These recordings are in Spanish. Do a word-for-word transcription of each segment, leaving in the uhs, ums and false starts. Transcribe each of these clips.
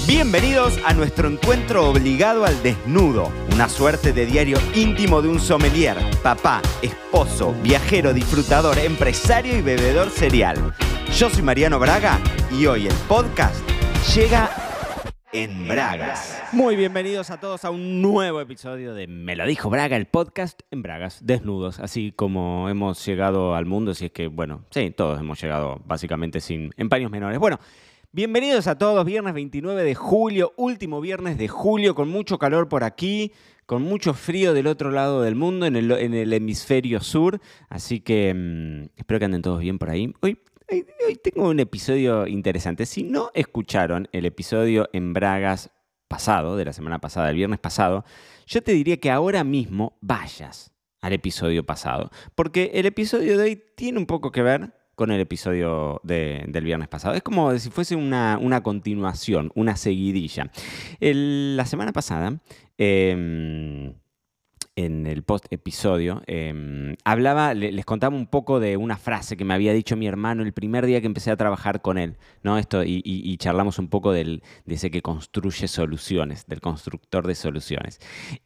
Bienvenidos a nuestro encuentro obligado al desnudo, una suerte de diario íntimo de un sommelier, papá, esposo, viajero, disfrutador, empresario y bebedor serial. Yo soy Mariano Braga y hoy el podcast llega en Bragas. Muy bienvenidos a todos a un nuevo episodio de Me lo dijo Braga, el podcast en Bragas, desnudos, así como hemos llegado al mundo, si es que, bueno, sí, todos hemos llegado básicamente sin empaños menores. Bueno, bienvenidos a todos, viernes veintinueve de julio, último viernes de julio, con mucho calor por aquí, con mucho frío del otro lado del mundo, en el, en el hemisferio sur, así que mmm, espero que anden todos bien por ahí. Hoy, hoy, hoy tengo un episodio interesante. Si no escucharon el episodio en Bragas pasado, de la semana pasada, el viernes pasado, yo te diría que ahora mismo vayas al episodio pasado, porque el episodio de hoy tiene un poco que ver con el episodio de, del viernes pasado. Es como si fuese una, una continuación, una seguidilla. El, la semana pasada, eh, en el post-episodio, eh, hablaba, le, les contaba un poco de una frase que me había dicho mi hermano el primer día que empecé a trabajar con él, ¿no? Esto, y, y, y charlamos un poco del, de ese que construye soluciones, del constructor de soluciones.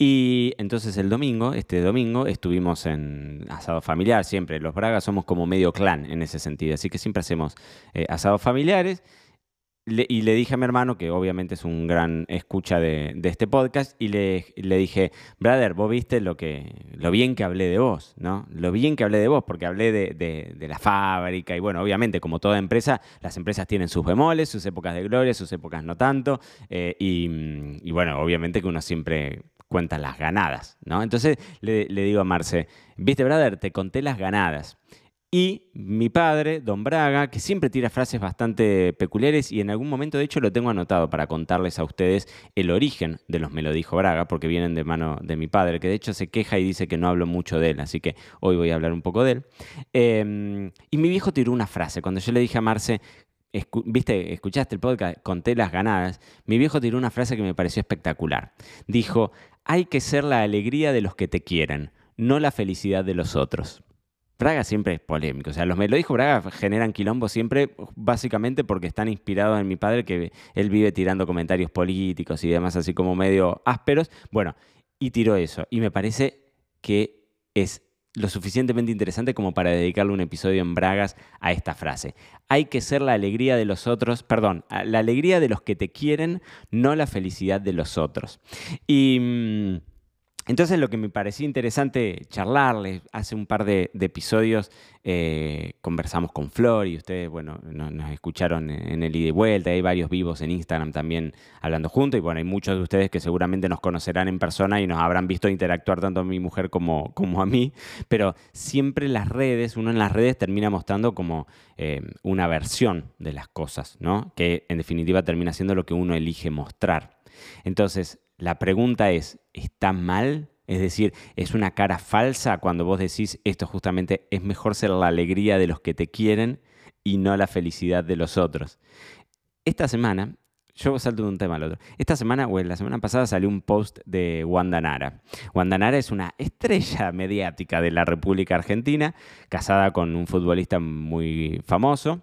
Y entonces el domingo, este domingo, estuvimos en asado familiar, siempre. Los Bragas somos como medio clan en ese sentido, así que siempre hacemos eh, asados familiares. Le, y le dije a mi hermano, que obviamente es un gran escucha de, de este podcast, y le, le dije, brother, vos viste lo, que, lo bien que hablé de vos, ¿no? Lo bien que hablé de vos, porque hablé de, de, de la fábrica, y bueno, obviamente, como toda empresa, las empresas tienen sus bemoles, sus épocas de gloria, sus épocas no tanto, eh, y, y bueno, obviamente que uno siempre cuenta las ganadas, ¿no? Entonces le, le digo a Marce, viste, brother, te conté las ganadas. Y mi padre, Don Braga, que siempre tira frases bastante peculiares y en algún momento, de hecho, lo tengo anotado para contarles a ustedes el origen de los Me lo dijo Braga, porque vienen de mano de mi padre, que de hecho se queja y dice que no hablo mucho de él, así que hoy voy a hablar un poco de él. Eh, y mi viejo tiró una frase. Cuando yo le dije a Marce, escu- viste, escuchaste el podcast, conté las ganadas, mi viejo tiró una frase que me pareció espectacular. Dijo, hay que ser la alegría de los que te quieren, no la felicidad de los otros. Braga siempre es polémico, o sea, los Me lo dijo Braga generan quilombo siempre, básicamente porque están inspirados en mi padre, que él vive tirando comentarios políticos y demás, así como medio ásperos. Bueno, y tiró eso, y me parece que es lo suficientemente interesante como para dedicarle un episodio en Bragas a esta frase. Hay que ser la alegría de los otros, perdón, la alegría de los que te quieren, no la felicidad de los otros. Y Mmm, Entonces lo que me parecía interesante charlarles, hace un par de, de episodios eh, conversamos con Flor y ustedes, bueno, nos, nos escucharon en el ida y vuelta, hay varios vivos en Instagram también hablando juntos y bueno, hay muchos de ustedes que seguramente nos conocerán en persona y nos habrán visto interactuar tanto a mi mujer como, como a mí, pero siempre las redes, uno en las redes termina mostrando como eh, una versión de las cosas, ¿no? Que en definitiva termina siendo lo que uno elige mostrar. Entonces, la pregunta es, ¿está mal? Es decir, ¿es una cara falsa cuando vos decís esto justamente es mejor ser la alegría de los que te quieren y no la felicidad de los otros? Esta semana, yo salto de un tema al otro, esta semana o la semana pasada salió un post de Wanda Nara. Wanda Nara es una estrella mediática de la República Argentina, casada con un futbolista muy famoso,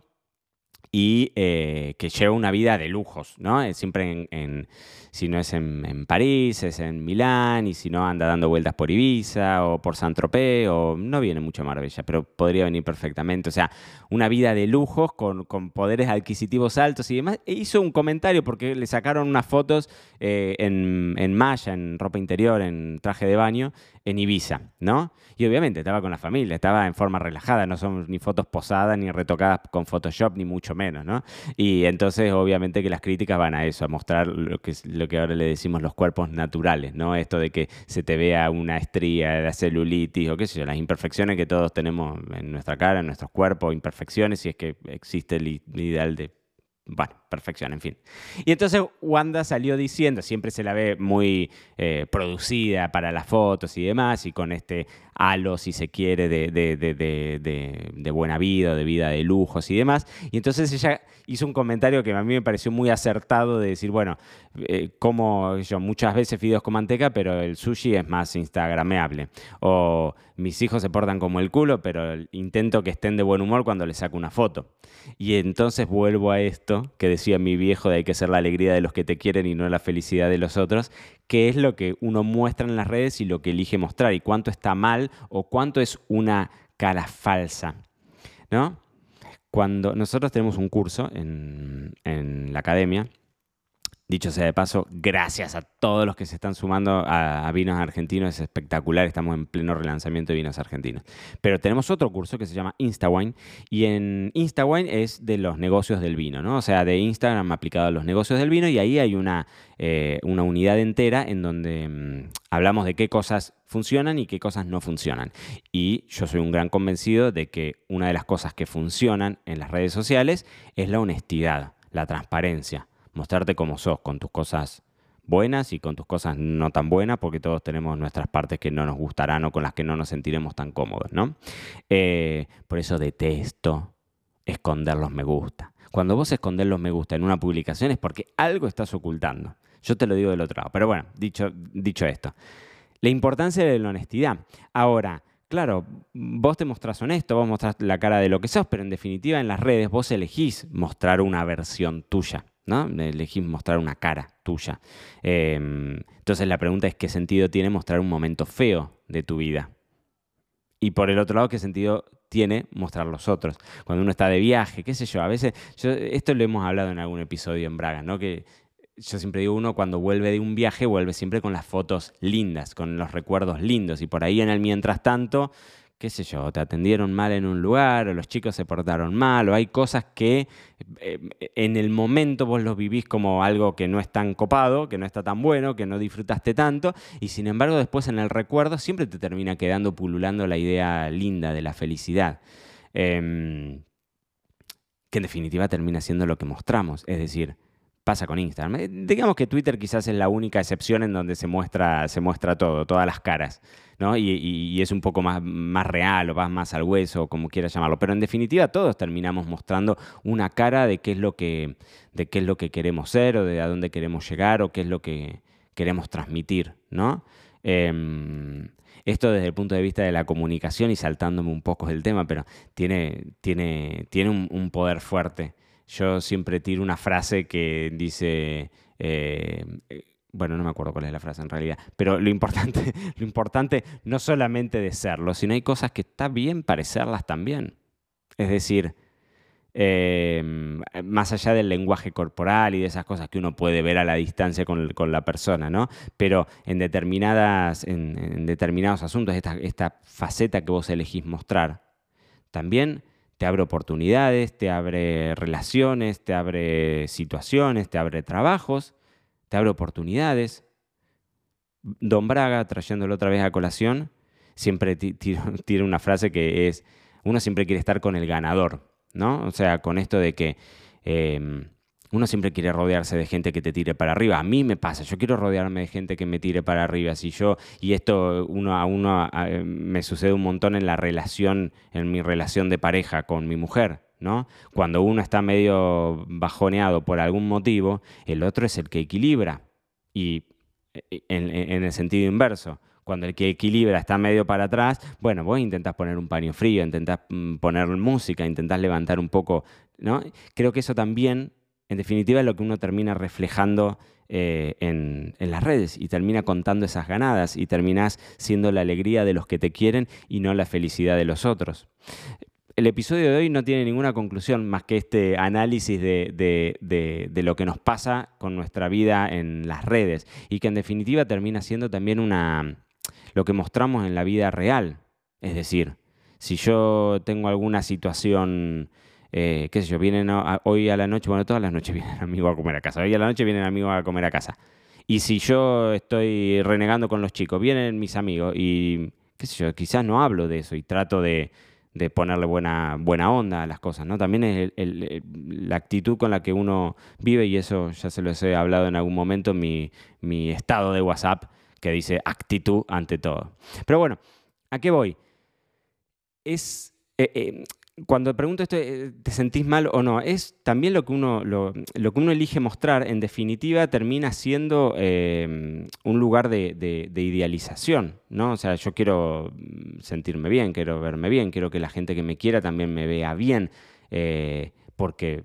y eh, que lleva una vida de lujos, ¿no? Siempre en, en si no es en, en París, es en Milán, y si no anda dando vueltas por Ibiza o por Saint-Tropez, o no viene mucho a Marbella, pero podría venir perfectamente. O sea, una vida de lujos con, con poderes adquisitivos altos y demás. E hizo un comentario porque le sacaron unas fotos eh, en, en malla, en ropa interior, en traje de baño, en Ibiza, ¿no? Y obviamente estaba con la familia, estaba en forma relajada, no son ni fotos posadas, ni retocadas con Photoshop, ni mucho menos, ¿no? Y entonces obviamente que las críticas van a eso, a mostrar lo que, lo que ahora le decimos los cuerpos naturales, ¿no? Esto de que se te vea una estría, la celulitis o qué sé yo, las imperfecciones que todos tenemos en nuestra cara, en nuestros cuerpos, imperfecciones, si es que existe el ideal de, bueno, perfección, en fin. Y entonces Wanda salió diciendo, siempre se la ve muy eh, producida para las fotos y demás, y con este halo, si se quiere, de, de, de, de, de, de buena vida, de vida de lujos y demás. Y entonces ella hizo un comentario que a mí me pareció muy acertado de decir, bueno, eh, como yo muchas veces fideos con manteca, pero el sushi es más instagrameable. O mis hijos se portan como el culo, pero intento que estén de buen humor cuando les saco una foto. Y entonces vuelvo a esto dicho que decía mi viejo de hay que ser la alegría de los que te quieren y no la felicidad de los otros, qué es lo que uno muestra en las redes y lo que elige mostrar y cuánto está mal o cuánto es una cara falsa, ¿no? Cuando nosotros tenemos un curso en, en la academia, dicho sea de paso, gracias a todos los que se están sumando a, a Vinos Argentinos, es espectacular, estamos en pleno relanzamiento de Vinos Argentinos. Pero tenemos otro curso que se llama InstaWine, y en InstaWine es de los negocios del vino, ¿no? O sea, de Instagram aplicado a los negocios del vino, y ahí hay una, eh, una unidad entera en donde mmm, hablamos de qué cosas funcionan y qué cosas no funcionan. Y yo soy un gran convencido de que una de las cosas que funcionan en las redes sociales es la honestidad, la transparencia. Mostrarte como sos, con tus cosas buenas y con tus cosas no tan buenas, porque todos tenemos nuestras partes que no nos gustarán o con las que no nos sentiremos tan cómodos, ¿no? Eh, por eso detesto esconder los me gusta. Cuando vos escondés los me gusta en una publicación es porque algo estás ocultando. Yo te lo digo del otro lado. Pero bueno, dicho, dicho esto, la importancia de la honestidad. Ahora, claro, vos te mostrás honesto, vos mostrás la cara de lo que sos, pero en definitiva en las redes vos elegís mostrar una versión tuya, ¿no? Elegís mostrar una cara tuya. Eh, entonces la pregunta es, ¿qué sentido tiene mostrar un momento feo de tu vida? Y por el otro lado, ¿qué sentido tiene mostrar los otros? Cuando uno está de viaje, qué sé yo, a veces, yo, esto lo hemos hablado en algún episodio en Braga, ¿no? Que yo siempre digo, uno cuando vuelve de un viaje, vuelve siempre con las fotos lindas, con los recuerdos lindos, y por ahí en el mientras tanto, qué sé yo, te atendieron mal en un lugar, o los chicos se portaron mal, o hay cosas que eh, en el momento vos los vivís como algo que no es tan copado, que no está tan bueno, que no disfrutaste tanto, y sin embargo después en el recuerdo siempre te termina quedando pululando la idea linda de la felicidad, eh, que en definitiva termina siendo lo que mostramos, es decir, pasa con Instagram. Digamos que Twitter quizás es la única excepción en donde se muestra, se muestra todo, todas las caras, ¿no? Y, y, y es un poco más, más real o vas más al hueso, o como quieras llamarlo. Pero en definitiva todos terminamos mostrando una cara de qué es lo que, de qué es lo que queremos ser o de a dónde queremos llegar o qué es lo que queremos transmitir, ¿no? Eh, esto desde el punto de vista de la comunicación y saltándome un poco del tema, pero tiene, tiene, tiene un, un poder fuerte. Yo siempre tiro una frase que dice, eh, bueno, no me acuerdo cuál es la frase en realidad, pero lo importante, lo importante no solamente de serlo, sino hay cosas que está bien parecerlas también. Es decir, eh, más allá del lenguaje corporal y de esas cosas que uno puede ver a la distancia con, con la persona, ¿no? Pero en, determinadas, en, en determinados asuntos, esta, esta faceta que vos elegís mostrar, también te abre oportunidades, te abre relaciones, te abre situaciones, te abre trabajos, te abre oportunidades. Don Braga, trayéndolo otra vez a colación, siempre tiene una frase que es, uno siempre quiere estar con el ganador, ¿no? O sea, con esto de que eh, uno siempre quiere rodearse de gente que te tire para arriba. A mí me pasa, yo quiero rodearme de gente que me tire para arriba. Si yo, y esto uno a uno a, me sucede un montón en la relación, en mi relación de pareja con mi mujer, ¿no? Cuando uno está medio bajoneado por algún motivo, el otro es el que equilibra. Y en, en el sentido inverso, cuando el que equilibra está medio para atrás, bueno, vos intentás poner un paño frío, intentás poner música, intentás levantar un poco, ¿no? Creo que eso también, en definitiva, es lo que uno termina reflejando eh, en, en las redes y termina contando esas ganadas y terminás siendo la alegría de los que te quieren y no la felicidad de los otros. El episodio de hoy no tiene ninguna conclusión más que este análisis de, de, de, de lo que nos pasa con nuestra vida en las redes y que en definitiva termina siendo también una, lo que mostramos en la vida real. Es decir, si yo tengo alguna situación... Eh, qué sé yo, vienen a, hoy a la noche, bueno, todas las noches vienen amigos a comer a casa, hoy a la noche vienen amigos a comer a casa. Y si yo estoy renegando con los chicos, vienen mis amigos y, qué sé yo, quizás no hablo de eso y trato de, de ponerle buena, buena onda a las cosas, ¿no? También es el, el, la actitud con la que uno vive y eso ya se los he hablado en algún momento en mi, mi estado de WhatsApp que dice actitud ante todo. Pero bueno, ¿a qué voy? Es... Eh, eh, Cuando pregunto esto, ¿te sentís mal o no? Es también lo que uno, lo, lo que uno elige mostrar, en definitiva, termina siendo eh, un lugar de, de, de idealización, ¿no? O sea, yo quiero sentirme bien, quiero verme bien, quiero que la gente que me quiera también me vea bien, eh, porque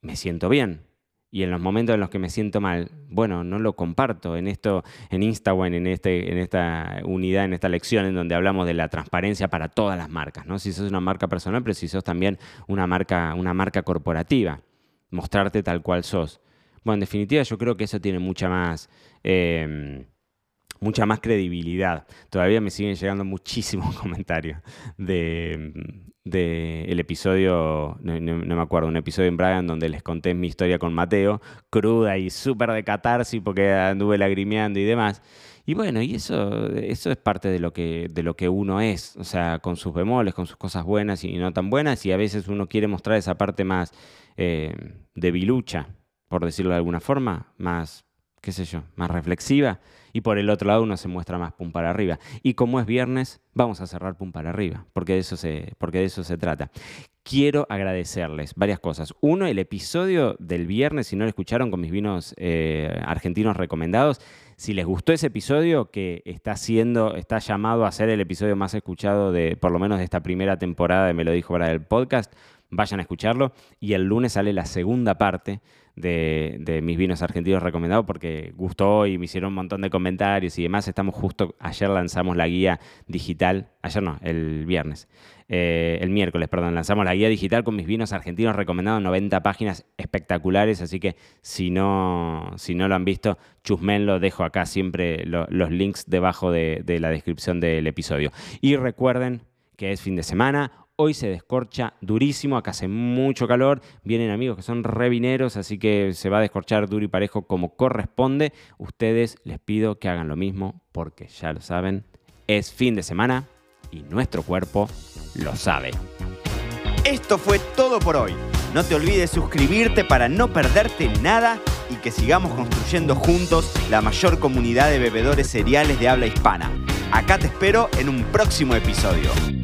me siento bien. Y en los momentos en los que me siento mal, bueno, no lo comparto. En esto, en Instagram, en, este, en esta unidad, en esta lección en donde hablamos de la transparencia para todas las marcas, ¿no? Si sos una marca personal, pero si sos también una marca, una marca corporativa, mostrarte tal cual sos. Bueno, en definitiva, yo creo que eso tiene mucha más... Eh, mucha más credibilidad. Todavía me siguen llegando muchísimos comentarios de, de el episodio, no, no, no me acuerdo, un episodio en Braga en donde les conté mi historia con Mateo, cruda y súper de catarsis porque anduve lagrimeando y demás. Y bueno, y eso, eso es parte de lo que, de lo que uno es, o sea, con sus bemoles, con sus cosas buenas y no tan buenas, y a veces uno quiere mostrar esa parte más eh, debilucha, por decirlo de alguna forma, más, qué sé yo, más reflexiva. Y por el otro lado uno se muestra más pum para arriba. Y como es viernes, vamos a cerrar pum para arriba, porque de eso se, porque de eso se trata. Quiero agradecerles varias cosas. Uno, el episodio del viernes, si no lo escucharon, con mis vinos eh, argentinos recomendados. Si les gustó ese episodio, que está siendo, está llamado a ser el episodio más escuchado de, por lo menos de esta primera temporada de Me lo dijo Braga del podcast, vayan a escucharlo. Y el lunes sale la segunda parte de, de mis vinos argentinos recomendados porque gustó y me hicieron un montón de comentarios y demás. Estamos justo, ayer lanzamos la guía digital, ayer no, el viernes, eh, el miércoles, perdón, lanzamos la guía digital con mis vinos argentinos recomendados, noventa páginas espectaculares, así que si no, si no lo han visto, chusmenlo, dejo acá siempre lo, los links debajo de, de la descripción del episodio. Y recuerden que es fin de semana. Hoy se descorcha durísimo, acá hace mucho calor, vienen amigos que son revineros, así que se va a descorchar duro y parejo como corresponde. Ustedes les pido que hagan lo mismo porque ya lo saben, es fin de semana y nuestro cuerpo lo sabe. Esto fue todo por hoy. No te olvides suscribirte para no perderte nada y que sigamos construyendo juntos la mayor comunidad de bebedores cereales de habla hispana. Acá te espero en un próximo episodio.